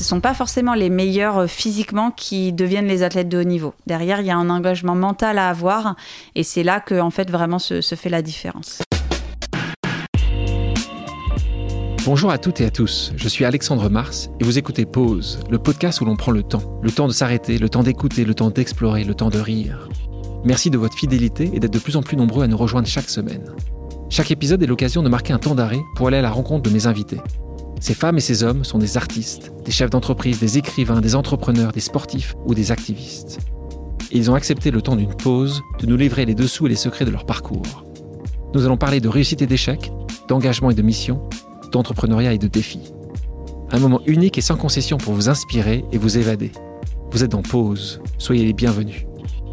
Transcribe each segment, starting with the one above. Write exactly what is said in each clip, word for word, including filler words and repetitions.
ne sont pas forcément les meilleurs physiquement qui deviennent les athlètes de haut niveau. Derrière, il y a un engagement mental à avoir et c'est là que en fait, vraiment se, se fait la différence. Bonjour à toutes et à tous, je suis Alexandre Mars et vous écoutez Pause, le podcast où l'on prend le temps. Le temps de s'arrêter, le temps d'écouter, le temps d'explorer, le temps de rire. Merci de votre fidélité et d'être de plus en plus nombreux à nous rejoindre chaque semaine. Chaque épisode est l'occasion de marquer un temps d'arrêt pour aller à la rencontre de mes invités. Ces femmes et ces hommes sont des artistes, des chefs d'entreprise, des écrivains, des entrepreneurs, des sportifs ou des activistes. Et ils ont accepté le temps d'une pause de nous livrer les dessous et les secrets de leur parcours. Nous allons parler de réussite et d'échec, d'engagement et de mission, d'entrepreneuriat et de défis. Un moment unique et sans concession pour vous inspirer et vous évader. Vous êtes en pause, soyez les bienvenus.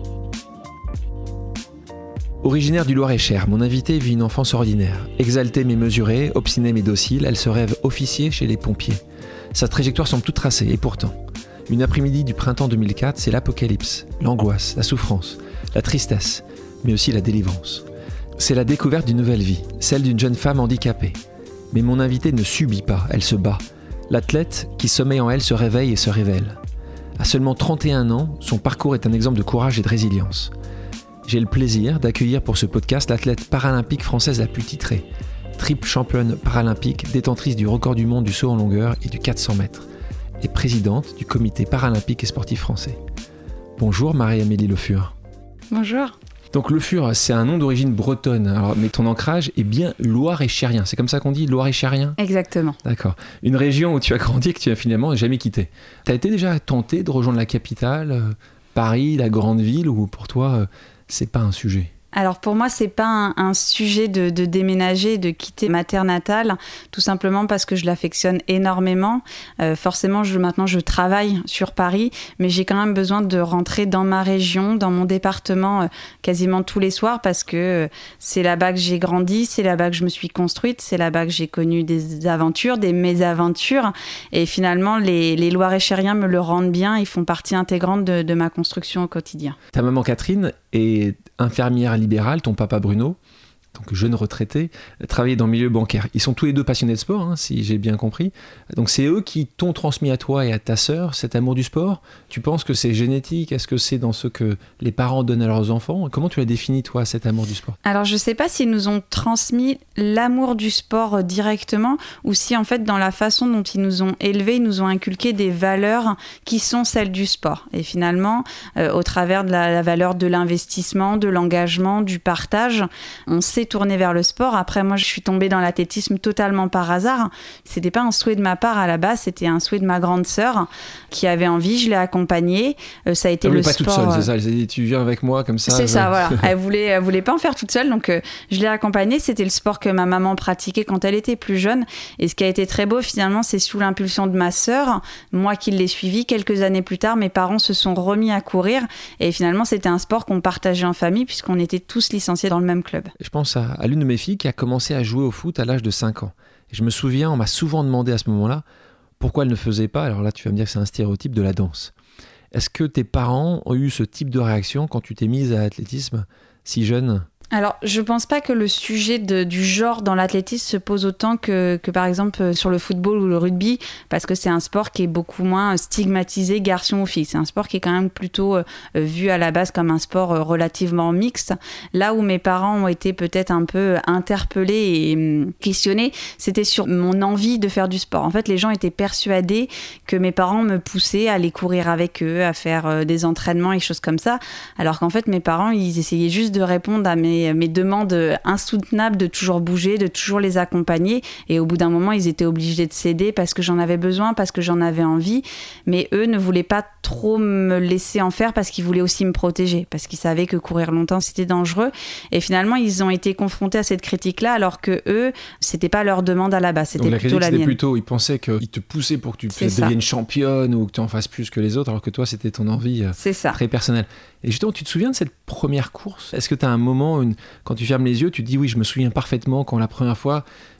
Originaire du Loir-et-Cher, mon invitée vit une enfance ordinaire. Exaltée mais mesurée, obstinée mais docile, elle se rêve officier chez les pompiers. Sa trajectoire semble toute tracée et pourtant, une après-midi du printemps deux mille quatre, c'est l'apocalypse, l'angoisse, la souffrance, la tristesse, mais aussi la délivrance. C'est la découverte d'une nouvelle vie, celle d'une jeune femme handicapée. Mais mon invitée ne subit pas, elle se bat. L'athlète qui sommeille en elle se réveille et se révèle. À seulement trente et un ans, son parcours est un exemple de courage et de résilience. J'ai le plaisir d'accueillir pour ce podcast l'athlète paralympique française la plus titrée, triple championne paralympique, détentrice du record du monde du saut en longueur et du quatre cents mètres, et présidente du comité paralympique et sportif français. Bonjour Marie-Amélie Le Fur. Bonjour. Donc Le Fur, c'est un nom d'origine bretonne, alors, mais ton ancrage est bien loir-et-chérien. C'est comme ça qu'on dit, loir-et-chérien ? Exactement. D'accord. Une région où tu as grandi et que tu as finalement jamais quitté. Tu as été déjà tenté de rejoindre la capitale, euh, Paris, la grande ville, ou pour toi, euh, c'est pas un sujet ? Alors pour moi, c'est pas un, un sujet de, de déménager, de quitter ma terre natale, tout simplement parce que je l'affectionne énormément. Euh, forcément, je, maintenant, je travaille sur Paris, mais j'ai quand même besoin de rentrer dans ma région, dans mon département, euh, quasiment tous les soirs, parce que euh, c'est là-bas que j'ai grandi, c'est là-bas que je me suis construite, c'est là-bas que j'ai connu des aventures, des mésaventures, et finalement, les, les Loir-et-Chériens me le rendent bien, ils font partie intégrante de, de ma construction au quotidien. Ta maman Catherine est infirmière libérale, ton papa Bruno, donc jeune retraité, travaillait dans le milieu bancaire. Ils sont tous les deux passionnés de sport, hein, si j'ai bien compris. Donc c'est eux qui t'ont transmis à toi et à ta sœur cet amour du sport. Tu penses que c'est génétique ? Est-ce que c'est dans ce que les parents donnent à leurs enfants ? Comment tu l'as défini, toi, cet amour du sport ? Alors je ne sais pas s'ils nous ont transmis l'amour du sport directement ou si en fait dans la façon dont ils nous ont élevés, ils nous ont inculqué des valeurs qui sont celles du sport. Et finalement, euh, au travers de la, la valeur de l'investissement, de l'engagement, du partage, on s'est tournée vers le sport. Après, moi, je suis tombée dans l'athlétisme totalement par hasard. C'était pas un souhait de ma part à la base, c'était un souhait de ma grande sœur qui avait envie. Je l'ai accompagnée. Euh, ça a été non, le mais pas sport. toute seule, c'est ça. Elle s'est dit, tu viens avec moi comme ça. C'est je... ça, voilà. Elle voulait, elle voulait pas en faire toute seule, donc euh, je l'ai accompagnée. C'était le sport que ma maman pratiquait quand elle était plus jeune. Et ce qui a été très beau, finalement, c'est sous l'impulsion de ma sœur, moi qui l'ai suivie. Quelques années plus tard, mes parents se sont remis à courir. Et finalement, c'était un sport qu'on partageait en famille puisqu'on était tous licenciés dans le même club. Je pense à, à l'une de mes filles qui a commencé à jouer au foot à l'âge de cinq ans. Et je me souviens, on m'a souvent demandé à ce moment-là pourquoi elle ne faisait pas, alors là tu vas me dire que c'est un stéréotype, de la danse. Est-ce que tes parents ont eu ce type de réaction quand tu t'es mise à l'athlétisme si jeune ? Alors, je pense pas que le sujet de, du genre dans l'athlétisme se pose autant que, que, par exemple, sur le football ou le rugby, parce que c'est un sport qui est beaucoup moins stigmatisé garçon ou fille. C'est un sport qui est quand même plutôt euh, vu à la base comme un sport euh, relativement mixte. Là où mes parents ont été peut-être un peu interpellés et euh, questionnés, c'était sur mon envie de faire du sport. En fait, les gens étaient persuadés que mes parents me poussaient à aller courir avec eux, à faire euh, des entraînements et choses comme ça, alors qu'en fait, mes parents, ils essayaient juste de répondre à mes mes demandes insoutenables de toujours bouger, de toujours les accompagner. Et au bout d'un moment, ils étaient obligés de céder parce que j'en avais besoin, parce que j'en avais envie. Mais eux ne voulaient pas trop me laisser en faire parce qu'ils voulaient aussi me protéger, parce qu'ils savaient que courir longtemps, c'était dangereux. Et finalement, ils ont été confrontés à cette critique-là, alors que eux, c'était pas leur demande à la base, c'était Donc, la plutôt critique, la mienne. C'était plutôt, ils pensaient qu'ils te poussaient pour que tu C'est ça. deviennes championne ou que tu en fasses plus que les autres, alors que toi, c'était ton envie euh, C'est ça. très personnelle. Et justement, tu te souviens de cette première course ? Est-ce que tu as un moment, une... quand tu fermes les yeux, tu te dis oui, je me souviens parfaitement quand la première fois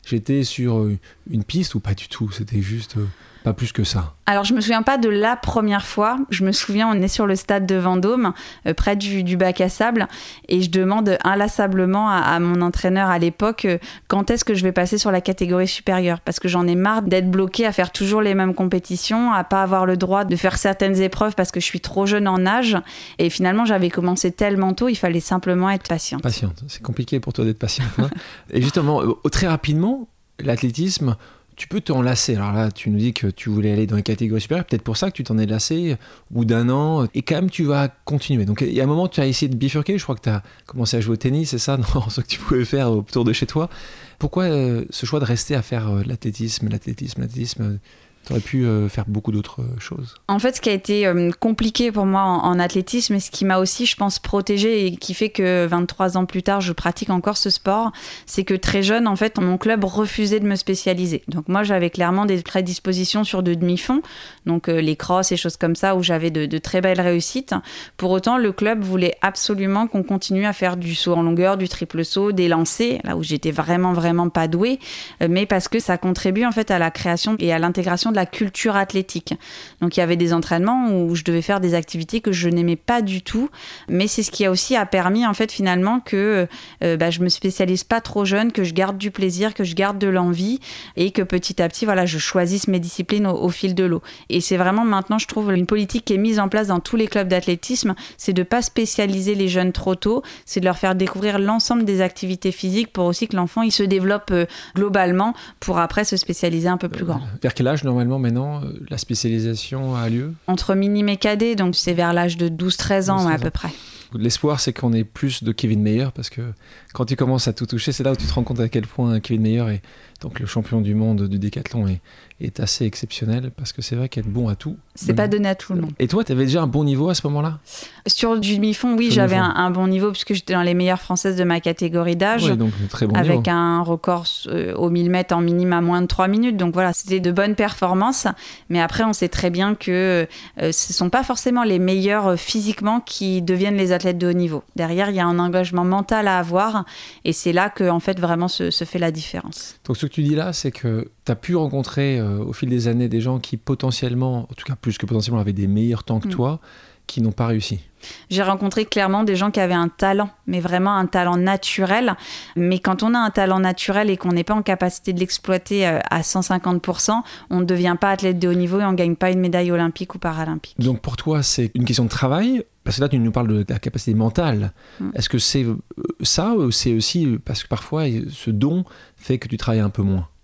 j'étais sur une piste ou pas du tout? C'était juste euh, pas plus que ça. Alors, je me souviens pas de la première fois. Je me souviens, on est sur le stade de Vendôme, euh, près du, du bac à sable, et je demande inlassablement à, à mon entraîneur à l'époque euh, quand est-ce que je vais passer sur la catégorie supérieure, parce que j'en ai marre d'être bloquée à faire toujours les mêmes compétitions, à pas avoir le droit de faire certaines épreuves parce que je suis trop jeune en âge. Et finalement, j'avais commencé tellement tôt, il fallait simplement être patiente. Patiente, c'est compliqué pour toi d'être patiente. Hein. Et justement, euh, très rapidement, l'athlétisme, tu peux t'en lasser. Alors là, tu nous dis que tu voulais aller dans les catégories supérieures. Peut-être pour ça que tu t'en es lassé au bout d'un an. Et quand même, tu vas continuer. Donc, il y a un moment, tu as essayé de bifurquer. Je crois que tu as commencé à jouer au tennis, c'est ça? Non, ce que tu pouvais faire autour de chez toi. Pourquoi euh, ce choix de rester à faire euh, l'athlétisme, l'athlétisme, l'athlétisme Tu aurais pu euh, faire beaucoup d'autres euh, choses. En fait, ce qui a été euh, compliqué pour moi en, en athlétisme et ce qui m'a aussi, je pense, protégée et qui fait que vingt-trois ans plus tard, je pratique encore ce sport, c'est que très jeune, en fait, mon club refusait de me spécialiser. Donc moi, j'avais clairement des prédispositions sur de demi-fonds, donc euh, les crosses et choses comme ça, où j'avais de, de très belles réussites. Pour autant, le club voulait absolument qu'on continue à faire du saut en longueur, du triple saut, des lancers, là où j'étais vraiment, vraiment pas douée, euh, mais parce que ça contribue, en fait, à la création et à l'intégration de la culture athlétique. Donc il y avait des entraînements où je devais faire des activités que je n'aimais pas du tout, mais c'est ce qui a aussi a permis en fait finalement que euh, bah, je me spécialise pas trop jeune, que je garde du plaisir, que je garde de l'envie et que petit à petit voilà, je choisisse mes disciplines au, au fil de l'eau. Et c'est vraiment maintenant, je trouve, une politique qui est mise en place dans tous les clubs d'athlétisme, c'est de pas spécialiser les jeunes trop tôt, c'est de leur faire découvrir l'ensemble des activités physiques pour aussi que l'enfant il se développe euh, globalement pour après se spécialiser un peu plus grand. Euh, vers quel âge normalement maintenant, la spécialisation a lieu? Entre minime et cadet, donc c'est vers l'âge de douze treize ans ouais, à peu près. L'espoir, c'est qu'on ait plus de Kevin Mayer, parce que quand tu commences à tout toucher, c'est là où tu te rends compte à quel point Kevin Mayer est donc le champion du monde du décathlon est, est assez exceptionnel, parce que c'est vrai qu'être bon à tout... C'est pas donné à tout le monde. Et toi, tu avais déjà un bon niveau à ce moment-là? Sur du demi-fond, oui, Sur j'avais un, un bon niveau, puisque j'étais dans les meilleures françaises de ma catégorie d'âge, ouais, donc très bon avec niveau. Un record euh, au mille mètres en minime à moins de trois minutes. Donc voilà, c'était de bonnes performances. Mais après, on sait très bien que euh, ce ne sont pas forcément les meilleurs euh, physiquement qui deviennent les athlètes de haut niveau. Derrière, il y a un engagement mental à avoir, et c'est là que en fait, vraiment se, se fait la différence. Donc ce que tu dis là, c'est que tu as pu rencontrer euh, au fil des années des gens qui potentiellement, en tout cas plus que potentiellement, avaient des meilleurs temps que mmh. toi, qui n'ont pas réussi. J'ai rencontré clairement des gens qui avaient un talent, mais vraiment un talent naturel. Mais quand on a un talent naturel et qu'on n'est pas en capacité de l'exploiter à cent cinquante pour cent, on ne devient pas athlète de haut niveau et on ne gagne pas une médaille olympique ou paralympique. Donc pour toi, c'est une question de travail? Parce que là, tu nous parles de la capacité mentale. Mmh. Est-ce que c'est ça ou c'est aussi parce que parfois, ce don fait que tu travailles un peu moins?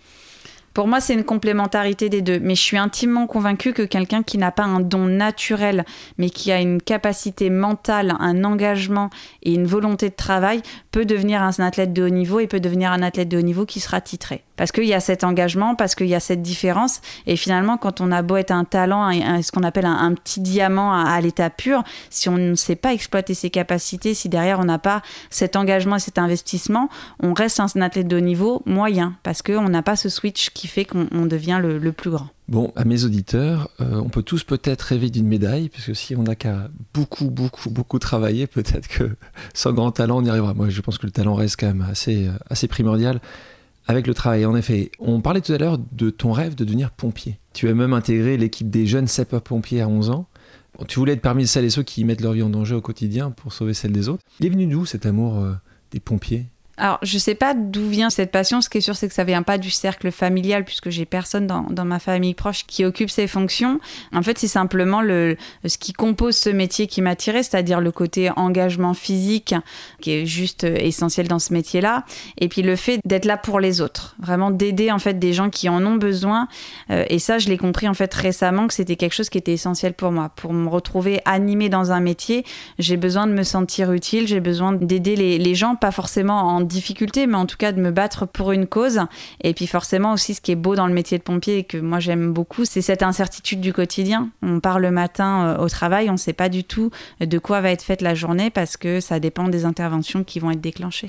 Pour moi, c'est une complémentarité des deux. Mais je suis intimement convaincue que quelqu'un qui n'a pas un don naturel, mais qui a une capacité mentale, un engagement et une volonté de travail, peut devenir un athlète de haut niveau et peut devenir un athlète de haut niveau qui sera titré. Parce qu'il y a cet engagement, parce qu'il y a cette différence. Et finalement, quand on a beau être un talent, un, un, ce qu'on appelle un, un petit diamant à, à l'état pur, si on ne sait pas exploiter ses capacités, si derrière on n'a pas cet engagement et cet investissement, on reste un athlète de haut niveau moyen, parce qu'on n'a pas ce switch qui fait qu'on on devient le, le plus grand. Bon, à mes auditeurs, euh, on peut tous peut-être rêver d'une médaille, parce que si on n'a qu'à beaucoup, beaucoup, beaucoup travailler, peut-être que sans grand talent, on y arrivera. Moi, je pense que le talent reste quand même assez, assez primordial avec le travail. En effet, on parlait tout à l'heure de ton rêve de devenir pompier. Tu as même intégré l'équipe des jeunes sapeurs-pompiers à onze ans. Tu voulais être parmi celles et ceux qui mettent leur vie en danger au quotidien pour sauver celle des autres. Il est venu d'où cet amour euh, des pompiers ? Alors, je sais pas d'où vient cette passion. Ce qui est sûr, c'est que ça vient pas du cercle familial, puisque j'ai personne dans, dans ma famille proche qui occupe ces fonctions. En fait, c'est simplement le, ce qui compose ce métier qui m'a attirée, c'est-à-dire le côté engagement physique, qui est juste essentiel dans ce métier-là. Et puis le fait d'être là pour les autres. Vraiment d'aider, en fait, des gens qui en ont besoin. Euh, et ça, je l'ai compris, en fait, récemment, que c'était quelque chose qui était essentiel pour moi. Pour me retrouver animée dans un métier, j'ai besoin de me sentir utile, j'ai besoin d'aider les, les gens, pas forcément en difficulté, mais en tout cas de me battre pour une cause. Et puis forcément aussi, ce qui est beau dans le métier de pompier et que moi j'aime beaucoup, c'est cette incertitude du quotidien. On part le matin au travail, on ne sait pas du tout de quoi va être faite la journée parce que ça dépend des interventions qui vont être déclenchées.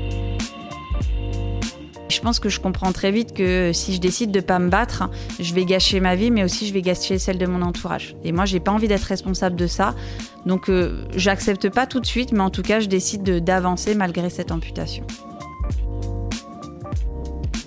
Je pense que je comprends très vite que si je décide de ne pas me battre, je vais gâcher ma vie, mais aussi je vais gâcher celle de mon entourage. Et moi, j'ai pas envie d'être responsable de ça. Donc, euh, j'accepte pas tout de suite, mais en tout cas, je décide de, d'avancer malgré cette amputation.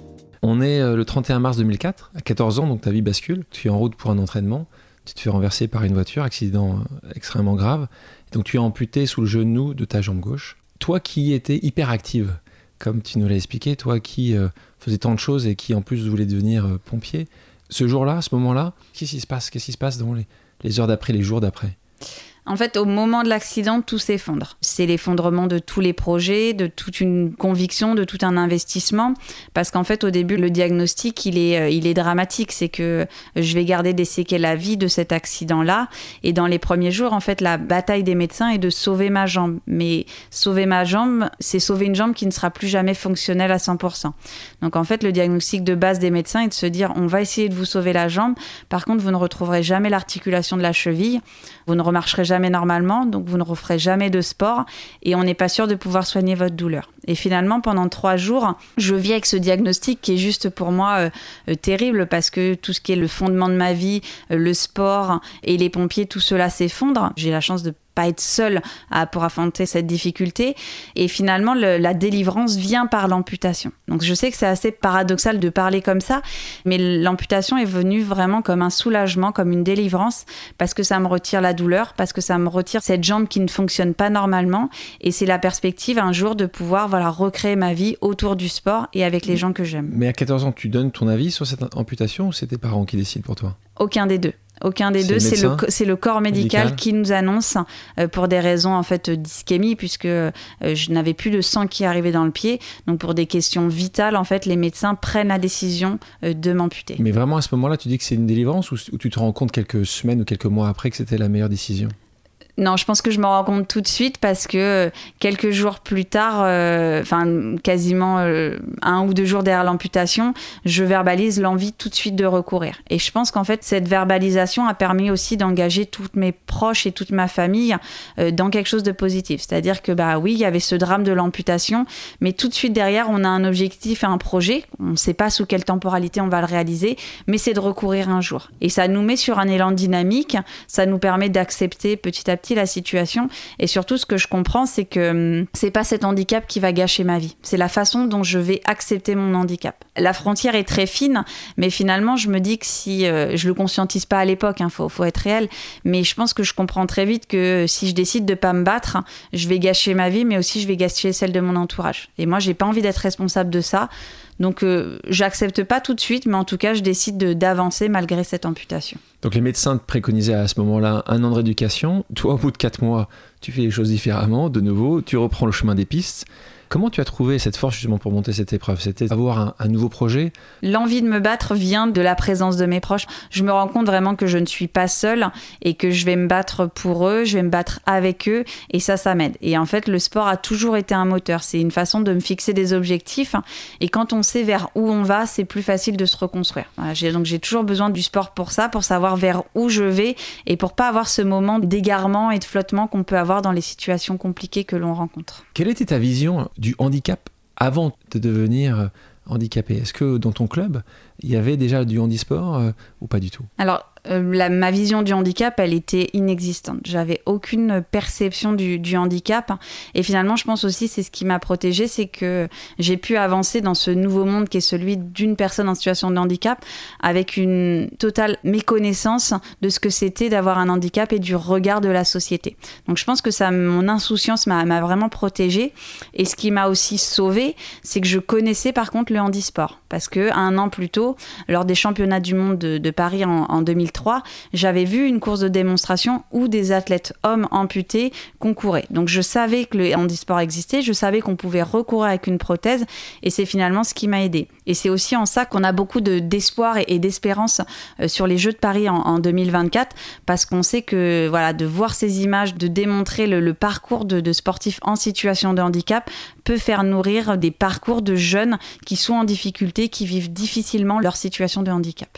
On est le trente et un mars deux mille quatre, à quatorze ans, donc ta vie bascule. Tu es en route pour un entraînement, tu te fais renverser par une voiture, accident extrêmement grave. Donc tu es amputé sous le genou de ta jambe gauche. Toi qui étais hyper active, comme tu nous l'as expliqué, toi qui euh, faisais tant de choses et qui en plus voulait devenir euh, pompier, ce jour-là, ce moment-là, qu'est-ce qui se passe Qu'est-ce qui se passe dans les, les heures d'après, les jours d'après ? En fait, au moment de l'accident, tout s'effondre. C'est l'effondrement de tous les projets, de toute une conviction, de tout un investissement. Parce qu'en fait, au début, le diagnostic, il est, il est dramatique. C'est que je vais garder des séquelles à vie de cet accident-là. Et dans les premiers jours, en fait, la bataille des médecins est de sauver ma jambe. Mais sauver ma jambe, c'est sauver une jambe qui ne sera plus jamais fonctionnelle à cent pour cent. Donc en fait, le diagnostic de base des médecins est de se dire, on va essayer de vous sauver la jambe. Par contre, vous ne retrouverez jamais l'articulation de la cheville. Vous ne remarcherez jamais jamais normalement, donc vous ne referez jamais de sport et on n'est pas sûr de pouvoir soigner votre douleur. Et finalement, pendant trois jours, je vis avec ce diagnostic qui est juste pour moi euh, euh, terrible parce que tout ce qui est le fondement de ma vie, euh, le sport et les pompiers, tout cela s'effondre. J'ai la chance de pas être seule à, pour affronter cette difficulté. Et finalement, le, la délivrance vient par l'amputation. Donc je sais que c'est assez paradoxal de parler comme ça, mais l'amputation est venue vraiment comme un soulagement, comme une délivrance, parce que ça me retire la douleur, parce que ça me retire cette jambe qui ne fonctionne pas normalement. Et c'est la perspective un jour de pouvoir voilà, recréer ma vie autour du sport et avec les gens que j'aime. Mais à quatorze ans, tu donnes ton avis sur cette amputation ou c'est tes parents qui décident pour toi ? Aucun des deux. Aucun des c'est deux, le c'est le, c'est le corps médical, médical qui nous annonce euh, pour des raisons en fait d'ischémie puisque euh, je n'avais plus de sang qui arrivait dans le pied. Donc pour des questions vitales, en fait, les médecins prennent la décision euh, de m'amputer. Mais vraiment à ce moment-là, tu dis que c'est une délivrance ou, ou tu te rends compte quelques semaines ou quelques mois après que c'était la meilleure décision ? Non, je pense que je me rends compte tout de suite parce que quelques jours plus tard, enfin euh, quasiment euh, un ou deux jours derrière l'amputation, je verbalise l'envie tout de suite de recourir. Et je pense qu'en fait, cette verbalisation a permis aussi d'engager toutes mes proches et toute ma famille euh, dans quelque chose de positif. C'est-à-dire que bah oui, il y avait ce drame de l'amputation, mais tout de suite derrière, on a un objectif et un projet. On ne sait pas sous quelle temporalité on va le réaliser, mais c'est de recourir un jour. Et ça nous met sur un élan dynamique, ça nous permet d'accepter petit à petit la situation et surtout ce que je comprends c'est que hum, c'est pas cet handicap qui va gâcher ma vie, c'est la façon dont je vais accepter mon handicap. La frontière est très fine mais finalement je me dis que si euh, je le conscientise pas à l'époque, hein, faut, faut être réel, mais je pense que je comprends très vite que si je décide de pas me battre, je vais gâcher ma vie mais aussi je vais gâcher celle de mon entourage et moi j'ai pas envie d'être responsable de ça. Donc, euh, j'accepte pas tout de suite, mais en tout cas, je décide de, d'avancer malgré cette amputation. Donc, les médecins te préconisaient à ce moment-là un an de rééducation. Toi, au bout de quatre mois, tu fais les choses différemment. De nouveau, tu reprends le chemin des pistes. Comment tu as trouvé cette force justement pour monter cette épreuve ? C'était avoir un, un nouveau projet ? L'envie de me battre vient de la présence de mes proches. Je me rends compte vraiment que je ne suis pas seule et que je vais me battre pour eux, je vais me battre avec eux et ça, ça m'aide. Et en fait, le sport a toujours été un moteur. C'est une façon de me fixer des objectifs et quand on sait vers où on va, c'est plus facile de se reconstruire. Voilà, j'ai, donc j'ai toujours besoin du sport pour ça, pour savoir vers où je vais et pour pas avoir ce moment d'égarement et de flottement qu'on peut avoir dans les situations compliquées que l'on rencontre. Quelle était ta vision du handicap avant de devenir handicapé ? Est-ce que dans ton club, il y avait déjà du handisport euh, ou pas du tout ? Alors, euh, la, ma vision du handicap, elle était inexistante. J'avais aucune perception du, du handicap. Et finalement, je pense aussi, c'est ce qui m'a protégée, c'est que j'ai pu avancer dans ce nouveau monde qui est celui d'une personne en situation de handicap avec une totale méconnaissance de ce que c'était d'avoir un handicap et du regard de la société. Donc, je pense que ça, mon insouciance m'a, m'a vraiment protégée. Et ce qui m'a aussi sauvée, c'est que je connaissais par contre le handisport. Parce qu'un an plus tôt, lors des championnats du monde de, de Paris en, en deux mille trois, j'avais vu une course de démonstration où des athlètes hommes amputés concouraient. Donc je savais que le handisport existait, je savais qu'on pouvait recourir avec une prothèse et c'est finalement ce qui m'a aidée. Et c'est aussi en ça qu'on a beaucoup de, d'espoir et, et d'espérance euh, sur les Jeux de Paris en, en deux mille vingt-quatre parce qu'on sait que voilà, de voir ces images, de démontrer le, le parcours de, de sportifs en situation de handicap peut faire nourrir des parcours de jeunes qui sont en difficulté, qui vivent difficilement leur situation de handicap.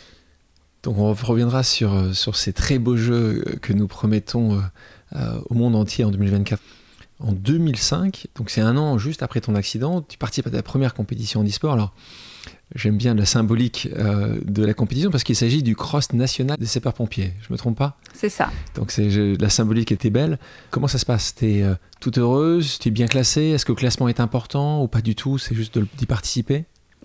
Donc on reviendra sur, sur ces très beaux jeux que nous promettons euh, au monde entier en deux mille vingt-quatre. En deux mille cinq, donc c'est un an juste après ton accident, tu participes à ta première compétition handisport. Alors j'aime bien la symbolique euh, de la compétition parce qu'il s'agit du cross national des sapeurs-pompiers. Je me trompe pas ? C'est ça. Donc c'est, je, la symbolique était belle. Comment ça se passe ? T'es euh, toute heureuse ? T'es bien classée ? Est-ce que le classement est important ou pas du tout ? C'est juste de, d'y participer ?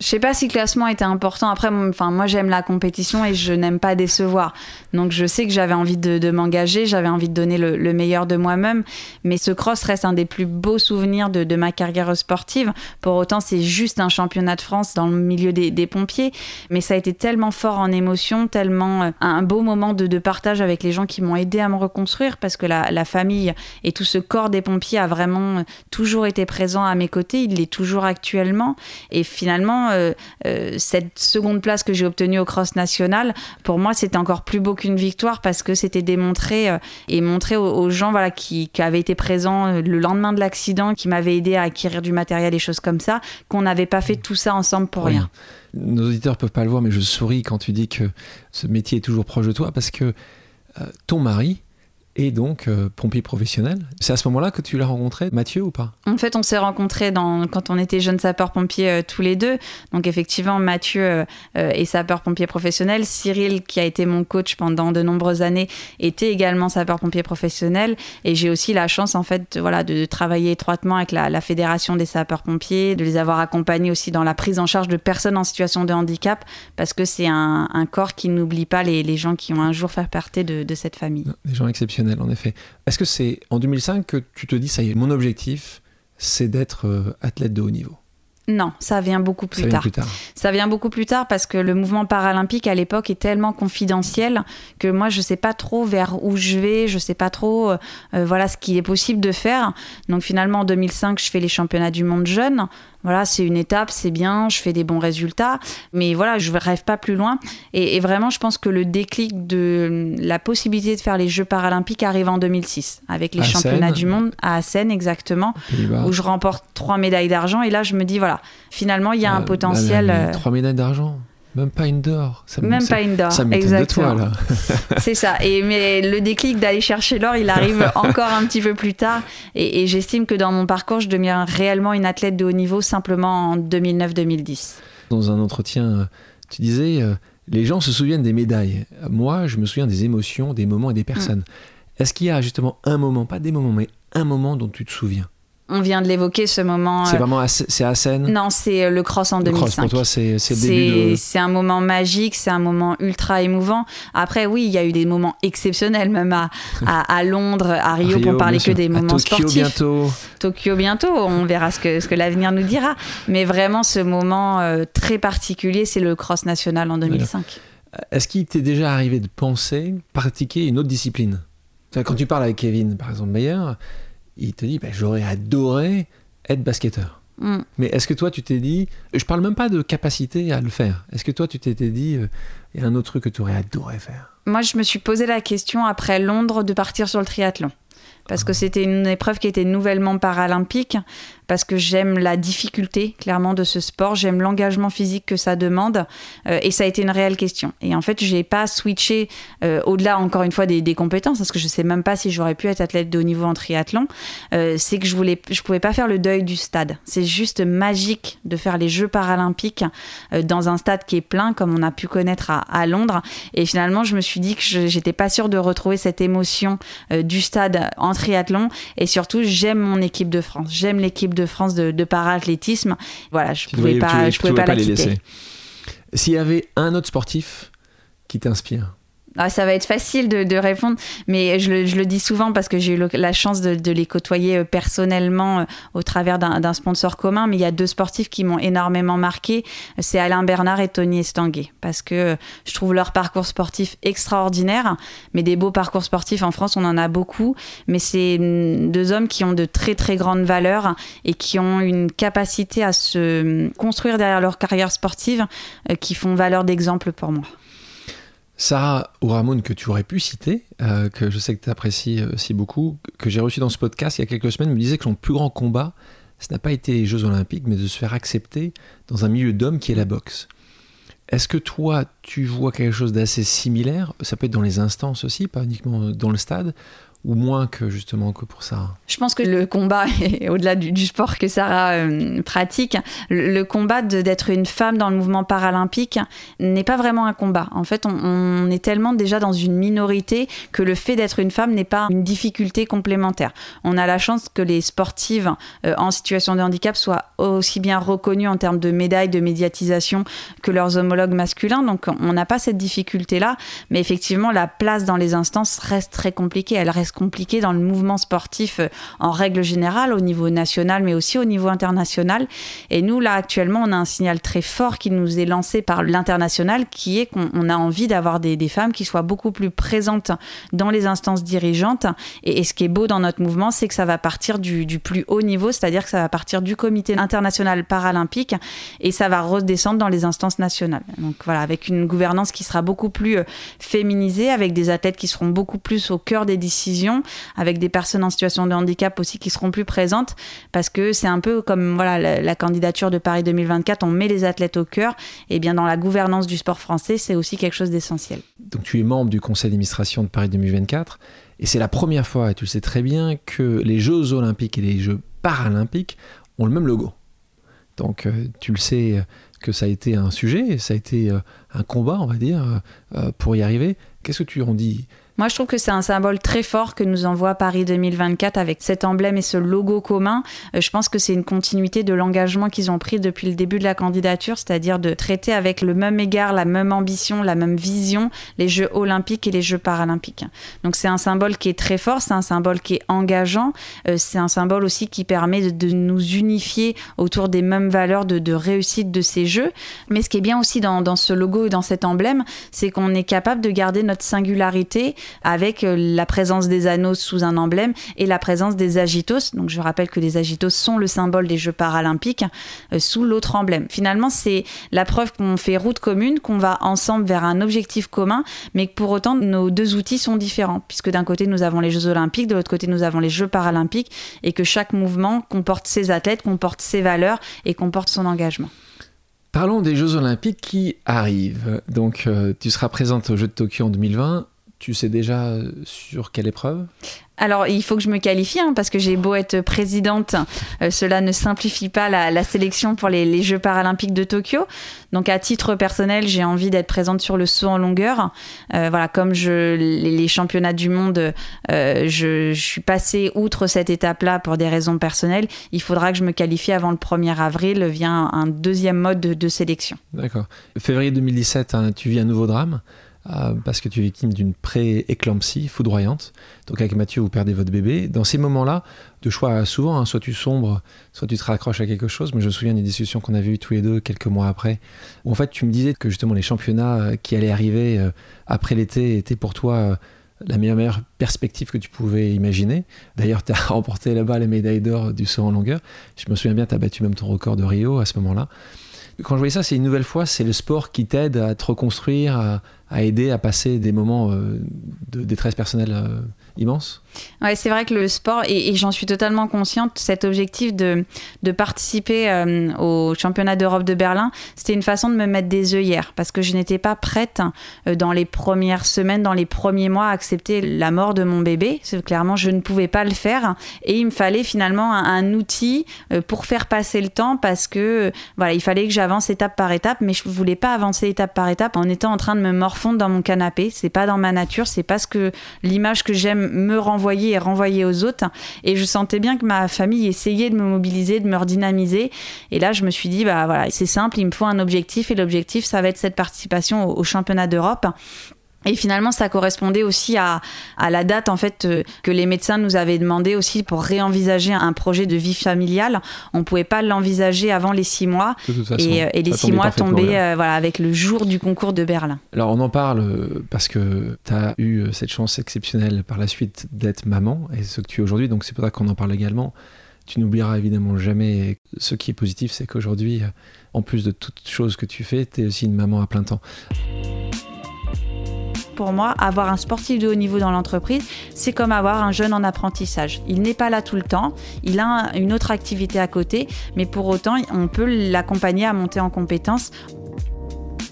Je sais pas si le classement était important. Après, enfin, moi, j'aime la compétition et je n'aime pas décevoir. Donc, je sais que j'avais envie de, de m'engager, j'avais envie de donner le, le meilleur de moi-même. Mais ce cross reste un des plus beaux souvenirs de, de ma carrière sportive. Pour autant, c'est juste un championnat de France dans le milieu des, des pompiers. Mais ça a été tellement fort en émotion, tellement un beau moment de, de partage avec les gens qui m'ont aidé à me reconstruire, parce que la, la famille et tout ce corps des pompiers a vraiment toujours été présent à mes côtés. Il l'est toujours actuellement. Et finalement, Euh, euh, cette seconde place que j'ai obtenue au cross national, pour moi c'était encore plus beau qu'une victoire, parce que c'était démontré euh, et montré aux, aux gens voilà, qui, qui avaient été présents euh, le lendemain de l'accident, qui m'avaient aidé à acquérir du matériel et choses comme ça, qu'on n'avait pas fait tout ça ensemble pour oui. rien. Nos auditeurs peuvent pas le voir, mais je souris quand tu dis que ce métier est toujours proche de toi, parce que euh, ton mari et donc euh, pompier professionnel. C'est à ce moment-là que tu l'as rencontré, Mathieu, ou pas? En fait, on s'est rencontrés dans, quand on était jeunes sapeurs-pompiers euh, tous les deux. Donc effectivement, Mathieu euh, est sapeur-pompier professionnel. Cyril, qui a été mon coach pendant de nombreuses années, était également sapeur-pompier professionnel. Et j'ai aussi la chance, en fait, de, voilà, de travailler étroitement avec la, la Fédération des sapeurs-pompiers, de les avoir accompagnés aussi dans la prise en charge de personnes en situation de handicap, parce que c'est un, un corps qui n'oublie pas les, les gens qui ont un jour fait partie de, de cette famille. Des gens exceptionnels. En effet. Est-ce que c'est en deux mille cinq que tu te dis, ça y est, mon objectif, c'est d'être euh, athlète de haut niveau? Non, ça vient beaucoup plus ça tard. Vient plus tard. Ça vient beaucoup plus tard parce que le mouvement paralympique à l'époque est tellement confidentiel que moi je sais pas trop vers où je vais, je sais pas trop euh, voilà ce qui est possible de faire. Donc finalement en deux mille cinq, je fais les championnats du monde jeunes. Voilà, c'est une étape, c'est bien, je fais des bons résultats, mais voilà, je rêve pas plus loin. Et, et vraiment, je pense que le déclic de la possibilité de faire les Jeux paralympiques arrive en deux mille six, avec les à championnats Assen. du monde à Assen, exactement, Pays-Bas. où je remporte trois médailles d'argent. Et là, je me dis, voilà, finalement, il y a euh, un potentiel... Bah, trois médailles d'argent, même pas une d'or. Ça même pas une d'or, ça m'étonne exactement. De toi, là. C'est ça. Et, mais le déclic d'aller chercher l'or, il arrive encore un petit peu plus tard. Et, et j'estime que dans mon parcours, je deviens réellement une athlète de haut niveau simplement en deux mille neuf deux mille dix. Dans un entretien, tu disais, euh, les gens se souviennent des médailles. Moi, je me souviens des émotions, des moments et des personnes. Mmh. Est-ce qu'il y a justement un moment, pas des moments, mais un moment dont tu te souviens? On vient de l'évoquer, ce moment. C'est vraiment à, c'est à Assen? Non, c'est le cross en deux mille cinq. Le cross, pour toi, c'est, c'est le c'est, début de... C'est un moment magique, c'est un moment ultra émouvant. Après, oui, il y a eu des moments exceptionnels, même à, à, à Londres, à Rio, Rio pour parler que sûr. des moments à Tokyo sportifs. bientôt. Tokyo bientôt, on verra ce que, ce que l'avenir nous dira. Mais vraiment, ce moment euh, très particulier, c'est le cross national en deux mille cinq. Voilà. Est-ce qu'il t'est déjà arrivé de penser pratiquer une autre discipline? Quand tu parles avec Kevin, par exemple, Meyer, il te dit bah, « j'aurais adoré être basketteur ». Mm. Mais est-ce que toi, tu t'es dit... Je parle même pas de capacité à le faire. Est-ce que toi, tu t'étais dit il euh, y a un autre truc que tu aurais adoré faire? Moi, je me suis posé la question, après Londres, de partir sur le triathlon. Parce que c'était une épreuve qui était nouvellement paralympique, parce que j'aime la difficulté, clairement, de ce sport. J'aime l'engagement physique que ça demande. Euh, et ça a été une réelle question. Et en fait, je n'ai pas switché euh, au-delà, encore une fois, des, des compétences, parce que je ne sais même pas si j'aurais pu être athlète de haut niveau en triathlon. Euh, c'est que je ne je pouvais pas faire le deuil du stade. C'est juste magique de faire les Jeux paralympiques euh, dans un stade qui est plein, comme on a pu connaître à, à Londres. Et finalement, je me suis dit que je n'étais pas sûre de retrouver cette émotion euh, du stade en triathlon. Et surtout, j'aime mon équipe de France. J'aime l'équipe de France de, de para-athlétisme. Voilà, je ne pouvais, pas, pouvais, je pouvais pas, pas la quitter. Laisser. S'il y avait un autre sportif qui t'inspire? Ah, ça va être facile de, de répondre, mais je le, je le dis souvent parce que j'ai eu le, la chance de, de les côtoyer personnellement euh, au travers d'un, d'un sponsor commun, mais il y a deux sportifs qui m'ont énormément marqué, c'est Alain Bernard et Tony Estanguet, parce que je trouve leur parcours sportif extraordinaire, mais des beaux parcours sportifs en France, on en a beaucoup, mais c'est deux hommes qui ont de très très grandes valeurs et qui ont une capacité à se construire derrière leur carrière sportive euh, qui font valeur d'exemple pour moi. Sarah Ourahmoune, que tu aurais pu citer, euh, que je sais que tu apprécies euh, si beaucoup, que j'ai reçu dans ce podcast il y a quelques semaines, me disait que son plus grand combat, ce n'a pas été les Jeux Olympiques, mais de se faire accepter dans un milieu d'hommes qui est la boxe. Est-ce que toi, tu vois quelque chose d'assez similaire? Ça peut être dans les instances aussi, pas uniquement dans le stade, ou moins que justement que pour ça? Je pense que le combat, et au-delà du, du sport que Sarah euh, pratique, le, le combat de, d'être une femme dans le mouvement paralympique n'est pas vraiment un combat. En fait, on, on est tellement déjà dans une minorité que le fait d'être une femme n'est pas une difficulté complémentaire. On a la chance que les sportives euh, en situation de handicap soient aussi bien reconnues en termes de médailles, de médiatisation que leurs homologues masculins. Donc, on n'a pas cette difficulté-là. Mais effectivement, la place dans les instances reste très compliquée. Elle reste compliquée dans le mouvement sportif en règle générale, au niveau national, mais aussi au niveau international. Et nous, là, actuellement, on a un signal très fort qui nous est lancé par l'international, qui est qu'on on a envie d'avoir des, des femmes qui soient beaucoup plus présentes dans les instances dirigeantes. Et, et ce qui est beau dans notre mouvement, c'est que ça va partir du, du plus haut niveau, c'est-à-dire que ça va partir du comité international paralympique et ça va redescendre dans les instances nationales. Donc voilà, avec une gouvernance qui sera beaucoup plus féminisée, avec des athlètes qui seront beaucoup plus au cœur des décisions, avec des personnes en situation de handicap aussi qui seront plus présentes, parce que c'est un peu comme voilà, la, la candidature de Paris deux mille vingt-quatre, on met les athlètes au cœur, et bien dans la gouvernance du sport français, c'est aussi quelque chose d'essentiel. Donc tu es membre du conseil d'administration de Paris deux mille vingt-quatre, et c'est la première fois, et tu le sais très bien, que les Jeux olympiques et les Jeux paralympiques ont le même logo. Donc euh, tu le sais que ça a été un sujet, ça a été euh, un combat, on va dire, euh, pour y arriver. Qu'est-ce que tu en dis ? Moi, je trouve que c'est un symbole très fort que nous envoie Paris deux mille vingt-quatre avec cet emblème et ce logo commun. Je pense que c'est une continuité de l'engagement qu'ils ont pris depuis le début de la candidature, c'est-à-dire de traiter avec le même égard, la même ambition, la même vision, les Jeux olympiques et les Jeux paralympiques. Donc c'est un symbole qui est très fort, c'est un symbole qui est engageant, c'est un symbole aussi qui permet de, de nous unifier autour des mêmes valeurs de, de réussite de ces Jeux. Mais ce qui est bien aussi dans, dans ce logo et dans cet emblème, c'est qu'on est capable de garder notre singularité avec la présence des anneaux sous un emblème et la présence des agitos. Donc je rappelle que les agitos sont le symbole des Jeux paralympiques euh, sous l'autre emblème. Finalement, c'est la preuve qu'on fait route commune, qu'on va ensemble vers un objectif commun, mais que pour autant, nos deux outils sont différents, puisque d'un côté, nous avons les Jeux olympiques, de l'autre côté, nous avons les Jeux paralympiques, et que chaque mouvement comporte ses athlètes, comporte ses valeurs et comporte son engagement. Parlons des Jeux olympiques qui arrivent. Donc, euh, tu seras présente aux Jeux de Tokyo en deux mille vingt. Tu sais déjà sur quelle épreuve ? Alors, il faut que je me qualifie, hein, parce que j'ai beau être présidente, euh, cela ne simplifie pas la, la sélection pour les, les Jeux paralympiques de Tokyo. Donc, à titre personnel, j'ai envie d'être présente sur le saut en longueur. Euh, voilà, comme je, les, les championnats du monde, euh, je, je suis passée outre cette étape-là pour des raisons personnelles. Il faudra que je me qualifie avant le premier avril via un, un deuxième mode de, de sélection. D'accord. Février deux mille dix-sept, hein, tu vis un nouveau drame. Euh, parce que tu es victime d'une pré-éclampsie foudroyante. Donc avec Mathieu, vous perdez votre bébé. Dans ces moments-là, de choix souvent, hein, soit tu sombres, soit tu te raccroches à quelque chose. Mais je me souviens d'une discussion qu'on avait eue tous les deux quelques mois après, où en fait tu me disais que justement les championnats qui allaient arriver euh, après l'été étaient pour toi euh, la meilleure, meilleure perspective que tu pouvais imaginer. D'ailleurs, tu as remporté là-bas la médaille d'or du saut en longueur. Je me souviens bien, tu as battu même ton record de Rio à ce moment-là. Quand je voyais ça, c'est une nouvelle fois, c'est le sport qui t'aide à te reconstruire, à, à aider à passer des moments euh, de détresse personnelle euh, immenses. Ouais, c'est vrai que le sport, et, et j'en suis totalement consciente, cet objectif de, de participer euh, au championnat d'Europe de Berlin, c'était une façon de me mettre des œillères, parce que je n'étais pas prête euh, dans les premières semaines, dans les premiers mois, à accepter la mort de mon bébé. C'est, clairement, je ne pouvais pas le faire, et il me fallait finalement un, un outil euh, pour faire passer le temps, parce que euh, voilà, il fallait que j'avance étape par étape, mais je ne voulais pas avancer étape par étape en étant en train de me morfondre dans mon canapé. C'est pas dans ma nature, c'est pas ce que l'image que j'aime me renvoyer et renvoyer aux autres, et je sentais bien que ma famille essayait de me mobiliser, de me redynamiser, et là je me suis dit bah voilà, c'est simple, il me faut un objectif, et l'objectif ça va être cette participation au, au championnat d'Europe. Et finalement, ça correspondait aussi à, à la date en fait euh, que les médecins nous avaient demandé aussi pour réenvisager un projet de vie familiale. On pouvait pas l'envisager avant les six mois. De toute façon, et, et les six mois tombaient euh, voilà, avec le jour du concours de Berlin. Alors on en parle parce que tu as eu cette chance exceptionnelle par la suite d'être maman, et ce que tu es aujourd'hui, donc c'est pour ça qu'on en parle également. Tu n'oublieras évidemment jamais, ce qui est positif, c'est qu'aujourd'hui, en plus de toutes choses que tu fais, tu es aussi une maman à plein temps. Pour moi, avoir un sportif de haut niveau dans l'entreprise, c'est comme avoir un jeune en apprentissage. Il n'est pas là tout le temps, il a une autre activité à côté, mais pour autant, on peut l'accompagner à monter en compétences.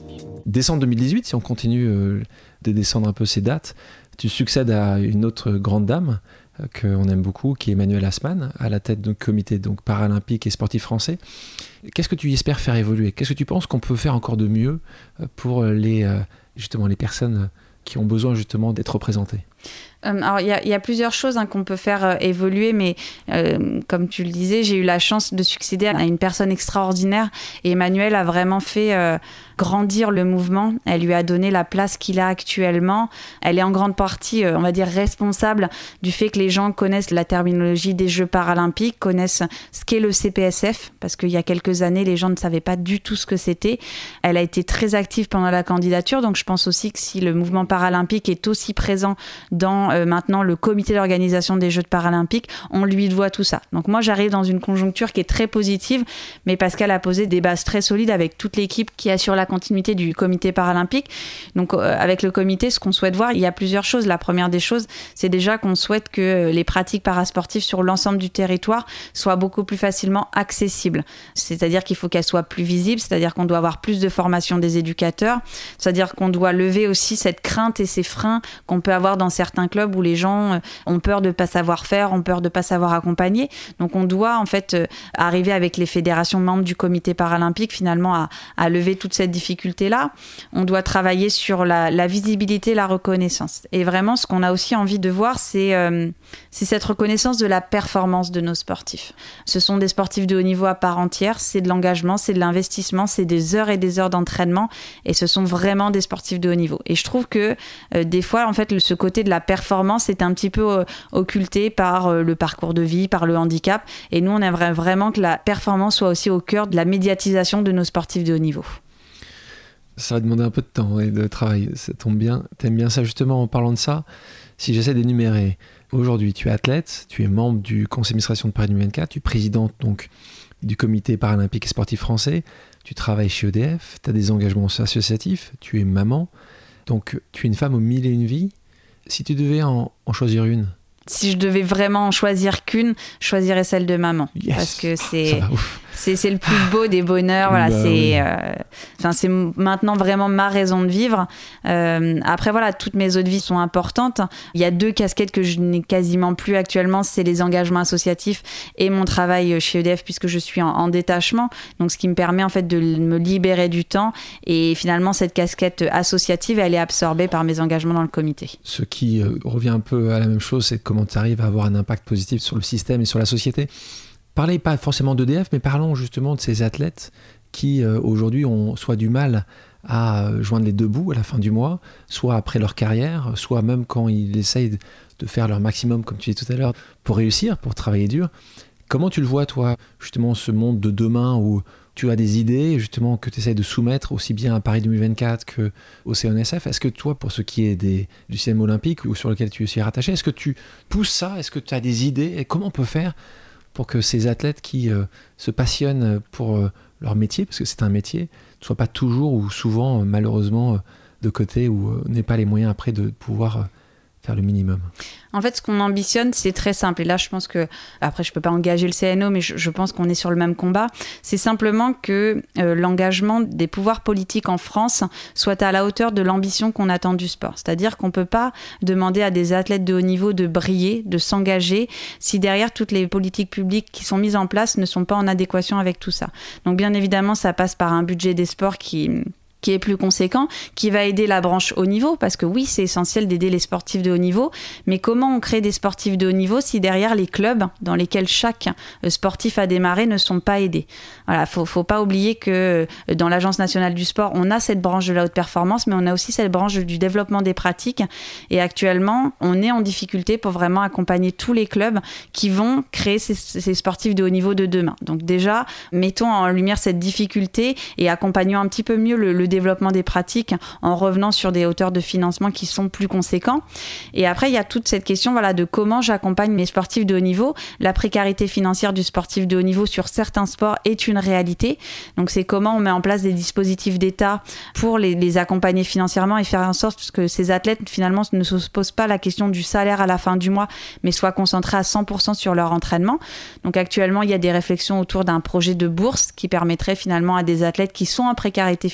décembre deux mille dix-huit, si on continue euh, de descendre un peu ces dates, tu succèdes à une autre grande dame euh, qu'on aime beaucoup, qui est Emmanuelle Assmann, à la tête du comité donc, paralympique et sportif français. Qu'est-ce que tu espères faire évoluer ? Qu'est-ce que tu penses qu'on peut faire encore de mieux pour les, euh, justement, les personnes qui ont besoin justement d'être représentées ? Alors, il y, y a plusieurs choses hein, qu'on peut faire euh, évoluer, mais euh, comme tu le disais, j'ai eu la chance de succéder à une personne extraordinaire et Emmanuelle a vraiment fait euh, grandir le mouvement. Elle lui a donné la place qu'il a actuellement. Elle est en grande partie, euh, on va dire, responsable du fait que les gens connaissent la terminologie des Jeux paralympiques, connaissent ce qu'est le C P S F, parce qu'il y a quelques années, les gens ne savaient pas du tout ce que c'était. Elle a été très active pendant la candidature, donc je pense aussi que si le mouvement paralympique est aussi présent dans Euh, maintenant le comité d'organisation des Jeux paralympiques, on lui doit tout ça. Donc moi j'arrive dans une conjoncture qui est très positive, mais parce qu'elle a posé des bases très solides avec toute l'équipe qui assure la continuité du comité paralympique. Donc euh, avec le comité, ce qu'on souhaite voir, il y a plusieurs choses. La première des choses, c'est déjà qu'on souhaite que les pratiques parasportives sur l'ensemble du territoire soient beaucoup plus facilement accessibles. C'est-à-dire qu'il faut qu'elles soient plus visibles, c'est-à-dire qu'on doit avoir plus de formation des éducateurs, c'est-à-dire qu'on doit lever aussi cette crainte et ces freins qu'on peut avoir dans certains clubs où les gens ont peur de ne pas savoir faire, ont peur de ne pas savoir accompagner. Donc on doit en fait arriver avec les fédérations membres du comité paralympique finalement à, à lever toute cette difficulté-là. On doit travailler sur la, la visibilité, la reconnaissance. Et vraiment, ce qu'on a aussi envie de voir, c'est, euh, c'est cette reconnaissance de la performance de nos sportifs. Ce sont des sportifs de haut niveau à part entière, c'est de l'engagement, c'est de l'investissement, c'est des heures et des heures d'entraînement et ce sont vraiment des sportifs de haut niveau. Et je trouve que euh, des fois, en fait, le, ce côté de la performance est un petit peu euh, occulté par euh, le parcours de vie, par le handicap. Et nous, on aimerait vraiment que la performance soit aussi au cœur de la médiatisation de nos sportifs de haut niveau. Ça va demander un peu de temps et de travail. Ça tombe bien. T'aimes bien ça, justement, en parlant de ça. Si j'essaie d'énumérer, aujourd'hui, tu es athlète, tu es membre du conseil d'administration de Paris deux mille vingt-quatre, tu es présidente donc, du comité paralympique et sportif français, tu travailles chez E D F, tu as des engagements associatifs, tu es maman, donc tu es une femme aux mille et une vies. Si tu devais en, en choisir une, si je devais vraiment en choisir qu'une, je choisirais celle de maman. Yes. Parce que c'est, va, c'est, c'est le plus beau des bonheurs. Voilà, bah, c'est, oui. euh, enfin, c'est maintenant vraiment ma raison de vivre. Euh, après, voilà, toutes mes autres vies sont importantes. Il y a deux casquettes que je n'ai quasiment plus actuellement. C'est les engagements associatifs et mon travail chez E D F puisque je suis en, en détachement. Donc, ce qui me permet en fait de me libérer du temps. Et finalement, cette casquette associative, elle est absorbée par mes engagements dans le comité. Ce qui euh, revient un peu à la même chose, c'est comment tu arrives à avoir un impact positif sur le système et sur la société. Parlez pas forcément d'E D F, mais parlons justement de ces athlètes qui euh, aujourd'hui ont soit du mal à euh, joindre les deux bouts à la fin du mois, soit après leur carrière, soit même quand ils essayent de faire leur maximum, comme tu disais tout à l'heure, pour réussir, pour travailler dur. Comment tu le vois, toi, justement, ce monde de demain où tu as des idées, justement, que tu essaies de soumettre aussi bien à Paris deux mille vingt-quatre qu'au C N S F. Est-ce que toi, pour ce qui est des, du système olympique ou sur lequel tu es rattaché, est-ce que tu pousses ça ? Est-ce que tu as des idées ? Et comment on peut faire pour que ces athlètes qui euh, se passionnent pour euh, leur métier, parce que c'est un métier, ne soient pas toujours ou souvent, euh, malheureusement, euh, de côté ou euh, n'aient pas les moyens après de pouvoir euh, faire le minimum ? En fait, ce qu'on ambitionne, c'est très simple. Et là, je pense que, après, je ne peux pas engager le C N O, mais je, je pense qu'on est sur le même combat. C'est simplement que euh, l'engagement des pouvoirs politiques en France soit à la hauteur de l'ambition qu'on attend du sport. C'est-à-dire qu'on ne peut pas demander à des athlètes de haut niveau de briller, de s'engager, si derrière toutes les politiques publiques qui sont mises en place ne sont pas en adéquation avec tout ça. Donc, bien évidemment, ça passe par un budget des sports qui... qui est plus conséquent, qui va aider la branche haut niveau, parce que oui, c'est essentiel d'aider les sportifs de haut niveau, mais comment on crée des sportifs de haut niveau si derrière les clubs dans lesquels chaque sportif a démarré ne sont pas aidés ? Voilà, faut, faut pas oublier que dans l'Agence nationale du sport, on a cette branche de la haute performance, mais on a aussi cette branche du développement des pratiques, et actuellement, on est en difficulté pour vraiment accompagner tous les clubs qui vont créer ces, ces sportifs de haut niveau de demain. Donc déjà, mettons en lumière cette difficulté et accompagnons un petit peu mieux le, le développement des pratiques en revenant sur des hauteurs de financement qui sont plus conséquents. Et après, il y a toute cette question voilà, de comment j'accompagne mes sportifs de haut niveau. La précarité financière du sportif de haut niveau sur certains sports est une réalité. Donc, c'est comment on met en place des dispositifs d'État pour les, les accompagner financièrement et faire en sorte que ces athlètes, finalement, ne se posent pas la question du salaire à la fin du mois, mais soient concentrés à cent pour cent sur leur entraînement. Donc, actuellement, il y a des réflexions autour d'un projet de bourse qui permettrait finalement à des athlètes qui sont en précarité financière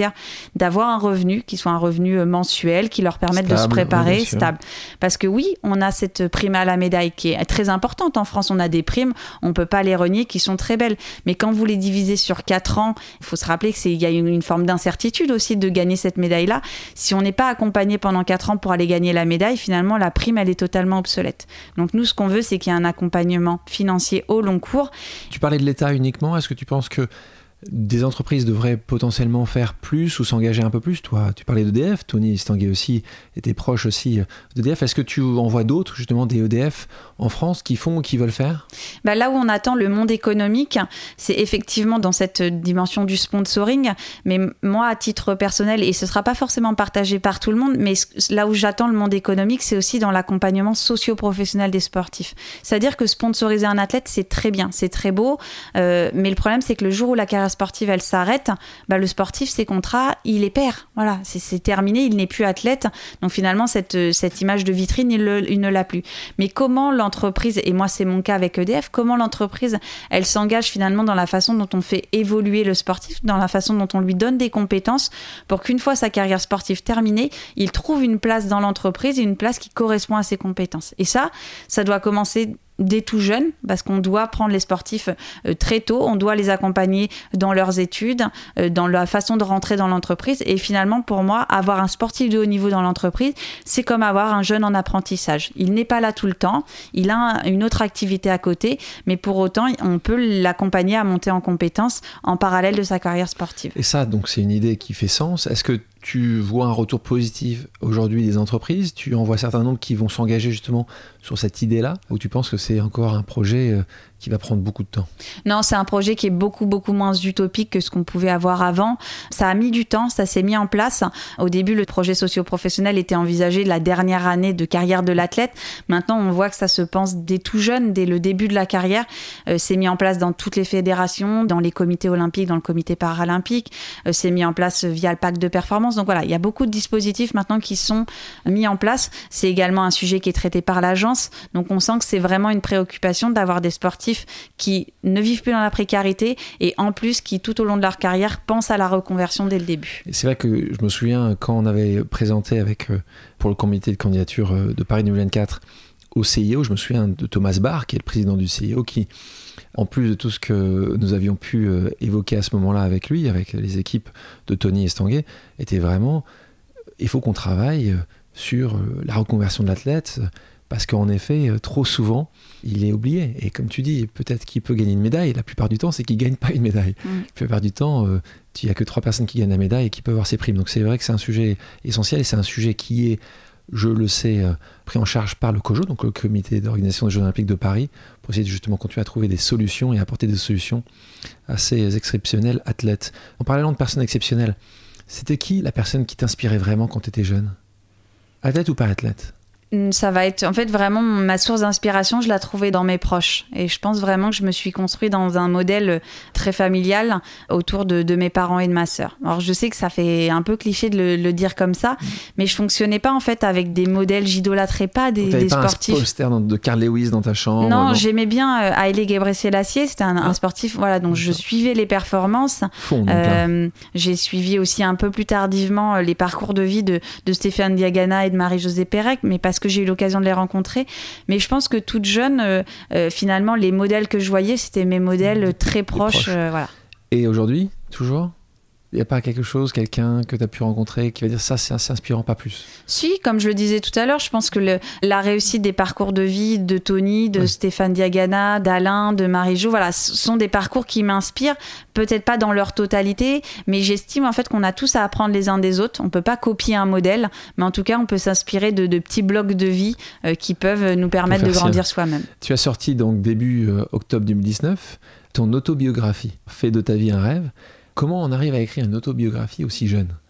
carrière, d'avoir un revenu qui soit un revenu mensuel, qui leur permette stable, de se préparer, oui, stable. Parce que oui, on a cette prime à la médaille qui est très importante. En France, on a des primes, on ne peut pas les renier, qui sont très belles. Mais quand vous les divisez sur quatre ans, il faut se rappeler qu'il y a une, une forme d'incertitude aussi de gagner cette médaille-là. Si on n'est pas accompagné pendant quatre ans pour aller gagner la médaille, finalement, la prime, elle est totalement obsolète. Donc nous, ce qu'on veut, c'est qu'il y ait un accompagnement financier au long cours. Tu parlais de l'État uniquement. Est-ce que tu penses que des entreprises devraient potentiellement faire plus ou s'engager un peu plus? Toi, tu parlais d'E D F, Tony Estanguet aussi était proche aussi d'E D F. Est-ce que tu en vois d'autres, justement, des E D F en France qui font ou qui veulent faire? Bah là où on attend le monde économique, c'est effectivement dans cette dimension du sponsoring. Mais moi, à titre personnel, et ce ne sera pas forcément partagé par tout le monde, mais là où j'attends le monde économique, c'est aussi dans l'accompagnement socio-professionnel des sportifs. C'est-à-dire que sponsoriser un athlète, c'est très bien, c'est très beau, euh, mais le problème, c'est que le jour où la carrière sportive, elle s'arrête, bah, le sportif, ses contrats, il les perd. Voilà, c'est, c'est terminé, il n'est plus athlète. Donc finalement, cette, cette image de vitrine, il, le, il ne l'a plus. Mais comment l'entreprise, et moi c'est mon cas avec E D F, comment l'entreprise, elle s'engage finalement dans la façon dont on fait évoluer le sportif, dans la façon dont on lui donne des compétences pour qu'une fois sa carrière sportive terminée, il trouve une place dans l'entreprise et une place qui correspond à ses compétences. Et ça, ça doit commencer dès tout jeune, parce qu'on doit prendre les sportifs euh, très tôt, on doit les accompagner dans leurs études, euh, dans la façon de rentrer dans l'entreprise. Et finalement, pour moi, avoir un sportif de haut niveau dans l'entreprise, c'est comme avoir un jeune en apprentissage. Il n'est pas là tout le temps, il a un, une autre activité à côté, mais pour autant, on peut l'accompagner à monter en compétences en parallèle de sa carrière sportive. Et ça, donc, c'est une idée qui fait sens. Est-ce que tu vois un retour positif aujourd'hui des entreprises? Tu en vois un certain nombre qui vont s'engager justement sur cette idée-là? Ou tu penses que c'est encore un projet euh, qui va prendre beaucoup de temps? Non, c'est un projet qui est beaucoup, beaucoup moins utopique que ce qu'on pouvait avoir avant. Ça a mis du temps, ça s'est mis en place. Au début, le projet socio-professionnel était envisagé la dernière année de carrière de l'athlète. Maintenant, on voit que ça se pense dès tout jeune, dès le début de la carrière. Euh, c'est mis en place dans toutes les fédérations, dans les comités olympiques, dans le comité paralympique. Euh, c'est mis en place via le pacte de performance. Donc voilà, il y a beaucoup de dispositifs maintenant qui sont mis en place. C'est également un sujet qui est traité par l'agence. Donc on sent que c'est vraiment une préoccupation d'avoir des sportifs qui ne vivent plus dans la précarité et en plus qui tout au long de leur carrière pensent à la reconversion dès le début. Et c'est vrai que je me souviens quand on avait présenté avec, pour le comité de candidature de Paris deux mille vingt-quatre au C I O, je me souviens de Thomas Barr qui est le président du C I O qui, en plus de tout ce que nous avions pu évoquer à ce moment-là avec lui, avec les équipes de Tony Estanguet, était vraiment, il faut qu'on travaille sur la reconversion de l'athlète parce qu'en effet, trop souvent, il est oublié. Et comme tu dis, peut-être qu'il peut gagner une médaille. La plupart du temps, c'est qu'il ne gagne pas une médaille. Mmh. La plupart du temps, euh, il n'y a que trois personnes qui gagnent la médaille et qui peuvent avoir ses primes. Donc c'est vrai que c'est un sujet essentiel et c'est un sujet qui est, je le sais, euh, pris en charge par le COJO, donc le comité d'organisation des Jeux Olympiques de Paris, pour essayer de justement continuer à trouver des solutions et apporter des solutions à ces exceptionnels athlètes. En parlant de personnes exceptionnelles, c'était qui la personne qui t'inspirait vraiment quand tu étais jeune? Athlète ou pas athlète? Ça va être, en fait, vraiment ma source d'inspiration, je la trouvais dans mes proches. Et je pense vraiment que je me suis construite dans un modèle très familial autour de, de mes parents et de ma sœur. Alors, je sais que ça fait un peu cliché de le, le dire comme ça, mmh. mais je fonctionnais pas, en fait, avec des modèles, j'idolâtrais pas des, des pas sportifs. Un poster de Carl Lewis dans ta chambre? Non, non. J'aimais bien euh, Haile Gebrselassie, c'était un, ah. un sportif, voilà, donc je suivais les performances. Fond, donc, euh, j'ai suivi aussi un peu plus tardivement les parcours de vie de, de Stéphane Diagana et de Marie-Josée Pérec, mais parce que j'ai eu l'occasion de les rencontrer. Mais je pense que toute jeune, euh, euh, finalement, les modèles que je voyais, c'était mes modèles très proches. proches. Euh, voilà. Et aujourd'hui, toujours ? Il n'y a pas quelque chose, quelqu'un que tu as pu rencontrer qui va dire ça, c'est assez inspirant, pas plus? Si, comme je le disais tout à l'heure, je pense que le, la réussite des parcours de vie de Tony, de oui. Stéphane Diagana, d'Alain, de Marie-Jo, voilà, ce sont des parcours qui m'inspirent, peut-être pas dans leur totalité, mais j'estime en fait qu'on a tous à apprendre les uns des autres. On ne peut pas copier un modèle, mais en tout cas, on peut s'inspirer de, de petits blocs de vie euh, qui peuvent nous permettre de grandir ça. Soi-même. Tu as sorti donc début euh, octobre deux mille dix-neuf ton autobiographie, Fais de ta vie un rêve. Comment on arrive à écrire une autobiographie aussi jeune ?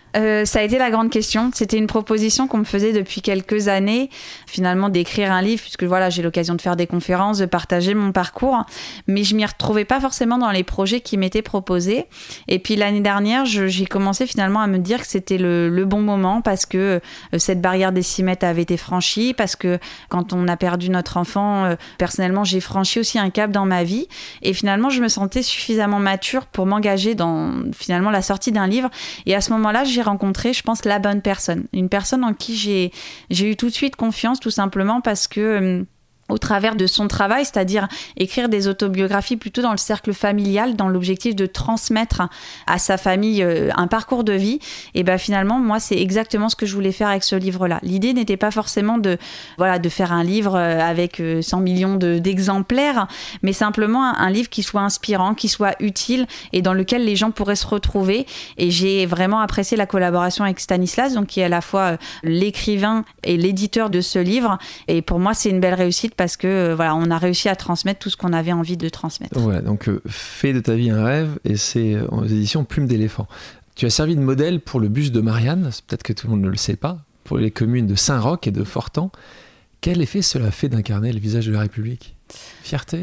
Euh, ça a été la grande question. C'était une proposition qu'on me faisait depuis quelques années, finalement, d'écrire un livre, puisque voilà, j'ai l'occasion de faire des conférences, de partager mon parcours, mais je m'y retrouvais pas forcément dans les projets qui m'étaient proposés. Et puis l'année dernière, je, j'ai commencé finalement à me dire que c'était le, le bon moment, parce que euh, cette barrière des six mètres avait été franchie, parce que quand on a perdu notre enfant, euh, personnellement, j'ai franchi aussi un cap dans ma vie. Et finalement, je me sentais suffisamment mature pour m'engager dans finalement la sortie d'un livre. Et à ce moment-là, j'ai rencontré, je pense, la bonne personne. Une personne en qui j'ai, j'ai eu tout de suite confiance, tout simplement parce que... Euh, au travers de son travail, c'est-à-dire écrire des autobiographies plutôt dans le cercle familial, dans l'objectif de transmettre à sa famille un parcours de vie, et ben finalement, moi, c'est exactement ce que je voulais faire avec ce livre-là. L'idée n'était pas forcément de, voilà, de faire un livre avec cent millions de, d'exemplaires, mais simplement un, un livre qui soit inspirant, qui soit utile et dans lequel les gens pourraient se retrouver. Et j'ai vraiment apprécié la collaboration avec Stanislas, donc qui est à la fois l'écrivain et l'éditeur de ce livre. Et pour moi, c'est une belle réussite, parce que euh, voilà, on a réussi à transmettre tout ce qu'on avait envie de transmettre. Voilà, donc euh, fais de ta vie un rêve, et c'est euh, aux éditions Plume d'éléphant. Tu as servi de modèle pour le buste de Marianne, peut-être que tout le monde ne le sait pas, pour les communes de Saint-Roch et de Fortan. Quel effet cela fait d'incarner le visage de la République ? Fierté ?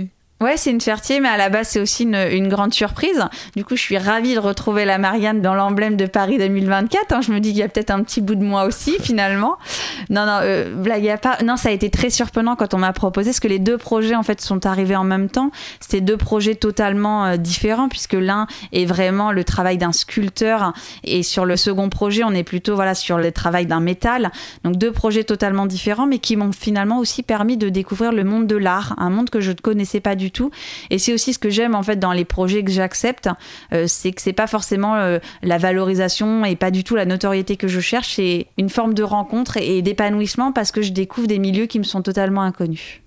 Ouais, c'est une fierté, mais à la base, c'est aussi une, une grande surprise. Du coup, je suis ravie de retrouver la Marianne dans l'emblème de Paris deux mille vingt-quatre. Hein. Je me dis qu'il y a peut-être un petit bout de moi aussi, finalement. Non, non, euh, blague à part. Non, ça a été très surprenant quand on m'a proposé, parce que les deux projets, en fait, sont arrivés en même temps. C'était deux projets totalement euh, différents, puisque l'un est vraiment le travail d'un sculpteur, et sur le second projet, on est plutôt voilà, sur le travail d'un métal. Donc, deux projets totalement différents, mais qui m'ont finalement aussi permis de découvrir le monde de l'art, un monde que je ne connaissais pas du tout. tout. Et c'est aussi ce que j'aime en fait dans les projets que j'accepte, euh, c'est que c'est pas forcément euh, la valorisation et pas du tout la notoriété que je cherche, c'est une forme de rencontre et d'épanouissement, parce que je découvre des milieux qui me sont totalement inconnus.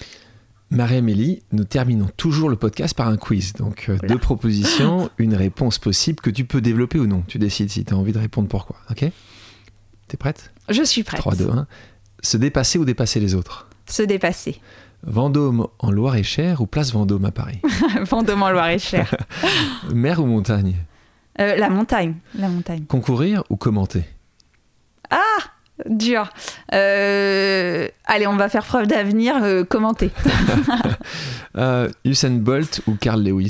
Marie-Amélie, nous terminons toujours le podcast par un quiz. Donc, euh, deux propositions, une réponse possible que tu peux développer ou non. Tu décides si tu as envie de répondre pourquoi. Ok ? T'es prête ? Je suis prête. trois, deux, un. Se dépasser ou dépasser les autres ? Se dépasser. Vendôme en Loire-et-Cher ou place Vendôme à Paris ? Vendôme en Loire-et-Cher. Mer ou montagne ? euh, La montagne. La montagne. Concourir ou commenter ? Ah, dur. Euh, allez, on va faire preuve d'avenir. Euh, commenter. euh, Usain Bolt ou Carl Lewis ?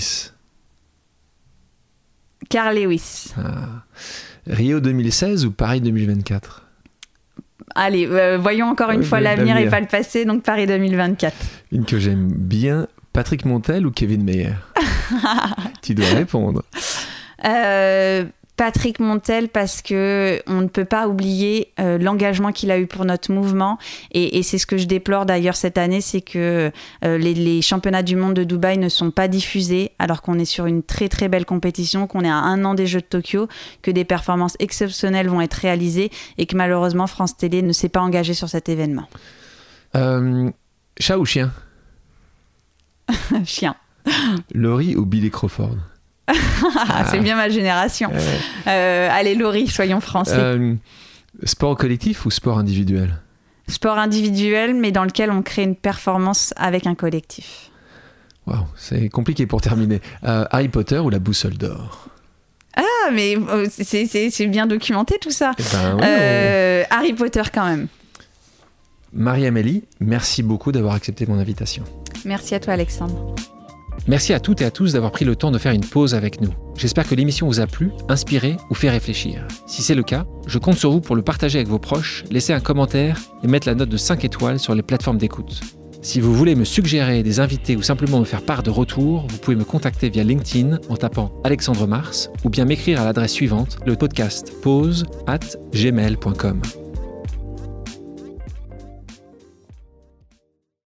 Carl Lewis. Ah. Rio deux mille seize ou Paris deux mille vingt-quatre ? Allez, euh, voyons encore une ouais, fois l'avenir, l'avenir et pas le passé, donc Paris deux mille vingt-quatre. Une que j'aime bien, Patrick Montel ou Kevin Meyer ? Tu dois répondre. Euh, Patrick Montel, parce que on ne peut pas oublier euh, l'engagement qu'il a eu pour notre mouvement, et, et c'est ce que je déplore d'ailleurs cette année, c'est que euh, les, les championnats du monde de Dubaï ne sont pas diffusés, alors qu'on est sur une très très belle compétition, qu'on est à un an des Jeux de Tokyo, que des performances exceptionnelles vont être réalisées, et que malheureusement France Télé ne s'est pas engagée sur cet événement. Euh, chat ou chien ? Chien. Laurie ou Billy Crawford ? Ah, c'est bien ma génération. Euh... Euh, allez, Laurie, soyons français. Euh, sport collectif ou sport individuel ? Sport individuel, mais dans lequel on crée une performance avec un collectif. Waouh, c'est compliqué pour terminer. Euh, Harry Potter ou la boussole d'or ? Ah, mais c'est, c'est, c'est bien documenté tout ça. Eh ben, oui, euh, on... Harry Potter quand même. Marie-Amélie, merci beaucoup d'avoir accepté mon invitation. Merci à toi, Alexandre. Merci à toutes et à tous d'avoir pris le temps de faire une pause avec nous. J'espère que l'émission vous a plu, inspiré ou fait réfléchir. Si c'est le cas, je compte sur vous pour le partager avec vos proches, laisser un commentaire et mettre la note de cinq étoiles sur les plateformes d'écoute. Si vous voulez me suggérer des invités ou simplement me faire part de retours, vous pouvez me contacter via LinkedIn en tapant Alexandre Mars ou bien m'écrire à l'adresse suivante, le podcast pause arobase gmail point com.